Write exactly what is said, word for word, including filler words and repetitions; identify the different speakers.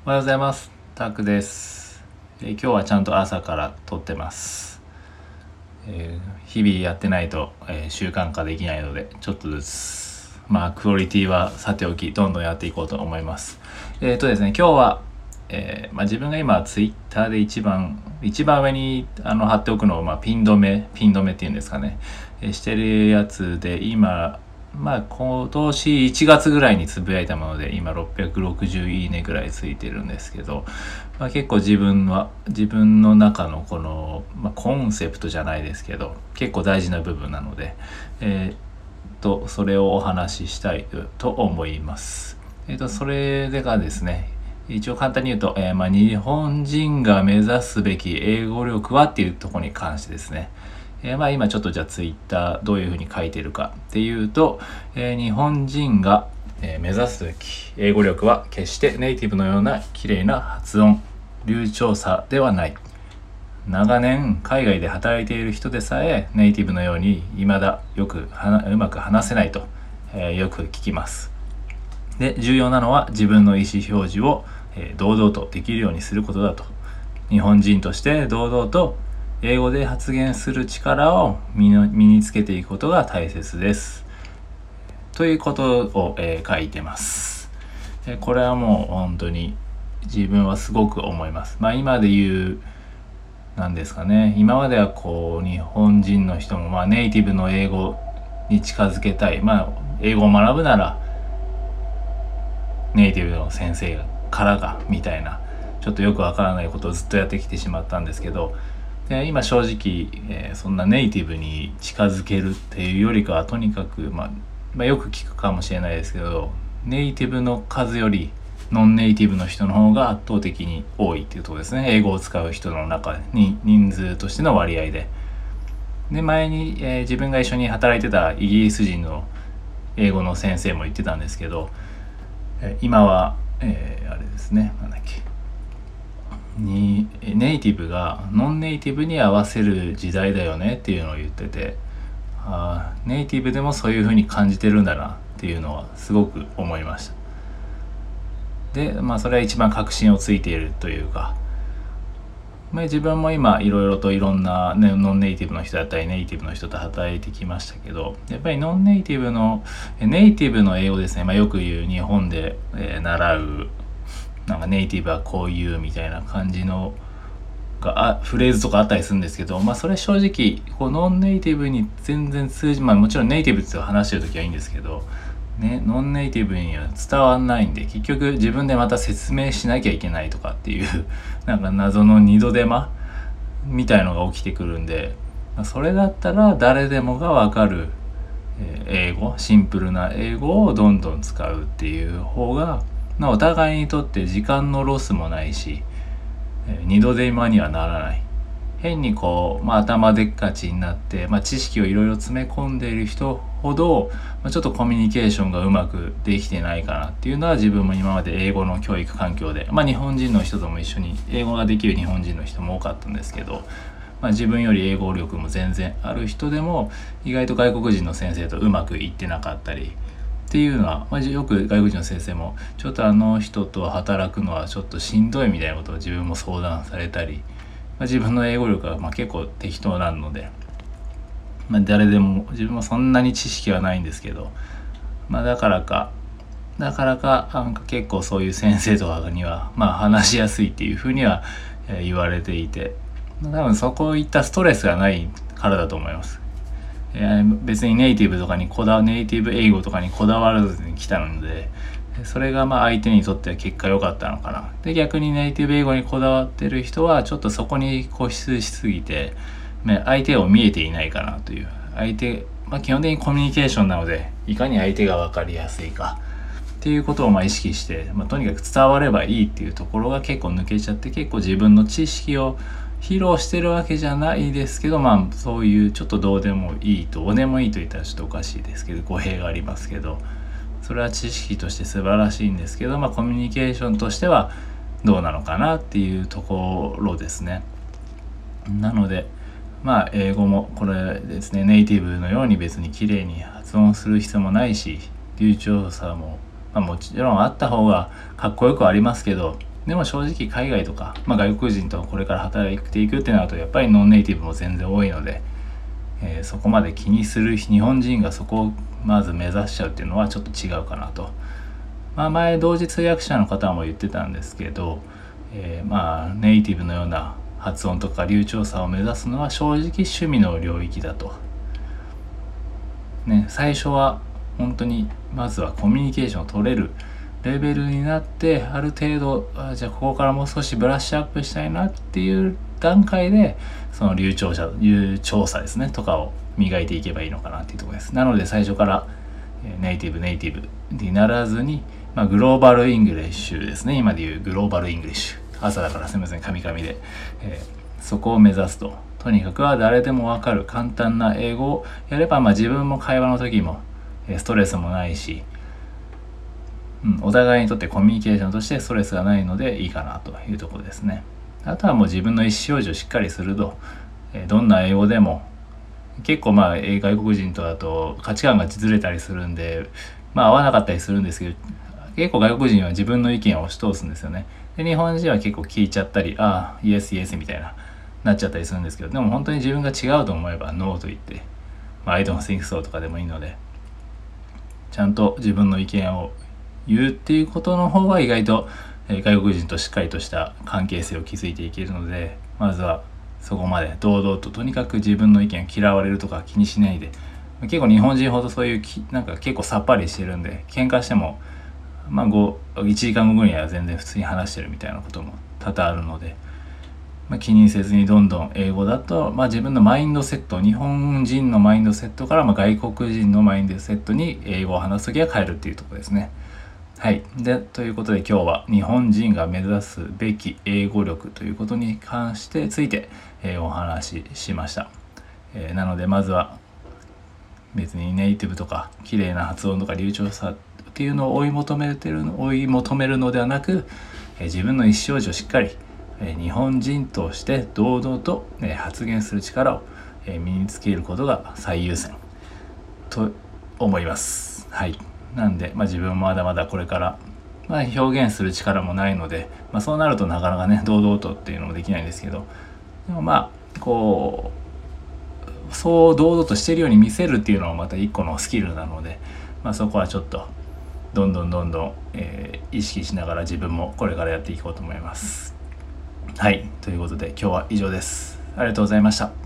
Speaker 1: おはようございます。タクです。えー今日はちゃんと朝から撮ってます。えー日々やってないと、えー習慣化できないので、ちょっとずつ、まあ、クオリティはさておき、どんどんやっていこうと思います。えっ、とですね、今日は、えーまあ、自分が今、ツイッターで一番、一番上にあの貼っておくのを、まあ、ピン止め、ピン止めっていうんですかね、えーしてるやつで、今、まあ今年いちがつぐらいにつぶやいたもので今ろっぴゃくろくじゅういいねぐらいついてるんですけど、まあ、結構自分は自分の中のこの、まあ、コンセプトじゃないですけど結構大事な部分なので、えー、とそれをお話ししたいと思います。えー、とそれでがですね、一応簡単に言うと、えーまあ、日本人が目指すべき英語力はっていうところに関してですね。えー、まあ今ちょっとじゃあツイッターどういうふうに書いてるかっていうと、えー日本人が、えー目指すべき英語力は決してネイティブのような綺麗な発音、流暢さではない。長年海外で働いている人でさえネイティブのように未だよくはうまく話せないと、えーよく聞きます。で、重要なのは自分の意思表示を、えー堂々とできるようにすることだと。日本人として堂々と英語で発言する力を身の身につけていくことが大切です。ということを、えー書いてます。えーこれはもう本当に自分はすごく思います。まあ今で言う、なんですかね。今まではこう日本人の人もまあネイティブの英語に近づけたい。まあ英語を学ぶならネイティブの先生からがみたいなちょっとよくわからないことをずっとやってきてしまったんですけど、で今正直、えーそんなネイティブに近づけるっていうよりかはとにかく、まあ、まあよく聞くかもしれないですけどネイティブの数よりノンネイティブの人の方が圧倒的に多いっていうところですね。英語を使う人の中に人数としての割合で。で前に、えー自分が一緒に働いてたイギリス人の英語の先生も言ってたんですけど、えー今は、えーあれですね、なんだっけ、にネイティブがノンネイティブに合わせる時代だよねっていうのを言ってて、あーネイティブでもそういう風に感じてるんだなっていうのはすごく思いました。でまあそれは一番確信をついているというか、まあ、自分も今いろいろといろんな、ね、ノンネイティブの人だったりネイティブの人と働いてきましたけど、やっぱりノンネイティブのネイティブの英語ですね、まあ、よく言う日本で、えー習うなんかネイティブはこう言うみたいな感じのがあフレーズとかあったりするんですけど、まあそれ正直こうノンネイティブに全然通じ、まあもちろんネイティブって話してる時はいいんですけど、ね、ノンネイティブには伝わんないんで結局自分でまた説明しなきゃいけないとかっていうなんか謎の二度手間みたいのが起きてくるんで、まあそれだったら誰でもがわかるえー英語シンプルな英語をどんどん使うっていう方が、まあ、お互いにとって時間のロスもないし、えー二度手間にはならない。変にこう、まあ、頭でっかちになって、まあ、知識をいろいろ詰め込んでいる人ほど、まあ、ちょっとコミュニケーションがうまくできてないかなっていうのは自分も今まで英語の教育環境で、まあ、日本人の人とも一緒に英語ができる日本人の人も多かったんですけど、まあ、自分より英語力も全然ある人でも意外と外国人の先生とうまくいってなかったりっていうのは、まあ、よく外国人の先生もちょっとあの人と働くのはちょっとしんどいみたいなことを自分も相談されたり、まあ、自分の英語力はまあ結構適当なので、まあ、誰でも自分もそんなに知識はないんですけど、まあ、だからかだからかなんか結構そういう先生とかにはまあ話しやすいっていうふうにはえー言われていて、多分そこいったストレスがないからだと思います。えー別にネイティブとかにこだネイティブ英語とかにこだわらずに来たので、それがまあ相手にとっては結果良かったのかな。で逆にネイティブ英語にこだわってる人はちょっとそこに固執しすぎて、ね、相手を見えていないかなという。相手、まあ、基本的にコミュニケーションなのでいかに相手が分かりやすいかっていうことをまあ意識して、まあ、とにかく伝わればいいっていうところが結構抜けちゃって、結構自分の知識を披露してるわけじゃないですけど、まあそういうちょっとどうでもいいと、どうでもいいと言ったらちょっとおかしいですけど語弊がありますけど、それは知識として素晴らしいんですけど、まあコミュニケーションとしてはどうなのかなっていうところですね。なのでまあ英語もこれですね、ネイティブのように別に綺麗に発音する必要もないし、流暢さも、まあ、もちろんあった方がかっこよくありますけど、 でも正直海外とか、まあ、外国人とこれから働いていくってなるとやっぱりノンネイティブも全然多いので、えー、そこまで気にする日本人がそこをまず目指しちゃうっていうのはちょっと違うかなと。まあ、前同時通訳者の方も言ってたんですけど、えー、まあネイティブのような発音とか流暢さを目指すのは正直趣味の領域だと。ね、最初は本当にまずはコミュニケーションを取れるレベルになって、ある程度あじゃあここからもう少しブラッシュアップしたいなっていう段階でその流暢さ流暢さですねとかを磨いていけばいいのかなっていうところです。なので最初からネイティブネイティブにならずに、まあ、グローバルイングリッシュですね。今でいうグローバルイングリッシュ、朝だからすみませんカミカミで、えー、そこを目指すと。とにかくは誰でもわかる簡単な英語をやれば、まあ、自分も会話の時もストレスもないし、うん、お互いにとってコミュニケーションとしてストレスがないのでいいかなというところですね。あとはもう自分の意思表示をしっかりすると、えー、どんな英語でも結構まあ外国人とだと価値観がずれたりするんで、まあ合わなかったりするんですけど、結構外国人は自分の意見を押し通すんですよね。で日本人は結構聞いちゃったり、ああイエスイエスみたいななっちゃったりするんですけど、でも本当に自分が違うと思えばノーと言って、まあ、I don't think so とかでもいいので、ちゃんと自分の意見を言うっていうことの方が意外と外国人としっかりとした関係性を築いていけるので、まずはそこまで堂々ととにかく自分の意見を嫌われるとか気にしないで、結構日本人ほどそういうきなんか結構さっぱりしてるんで、喧嘩してもまあいちじかんごには全然普通に話してるみたいなことも多々あるので、まあ、気にせずにどんどん英語だと、まあ、自分のマインドセット、日本人のマインドセットからまあ外国人のマインドセットに英語を話すときは変えるっていうところですね。はい。で、ということで今日は日本人が目指すべき英語力ということに関してついて、えー、お話ししました。えー、なのでまずは別にネイティブとか綺麗な発音とか流暢さっていうのを追い求めてるの追い求めるのではなく、えー、自分の意思表示をしっかり、えー、日本人として堂々と、えー、発言する力を、えー、身につけることが最優先と思います。はい。なんで、まあ、自分もまだまだこれから、まあ、表現する力もないので、まあ、そうなるとなかなかね堂々とっていうのもできないんですけど、でもまあこうそう堂々としてるように見せるっていうのはまた一個のスキルなので、まあ、そこはちょっとどんどんどんどん、えー、意識しながら自分もこれからやっていこうと思います。はい、ということで今日は以上です。ありがとうございました。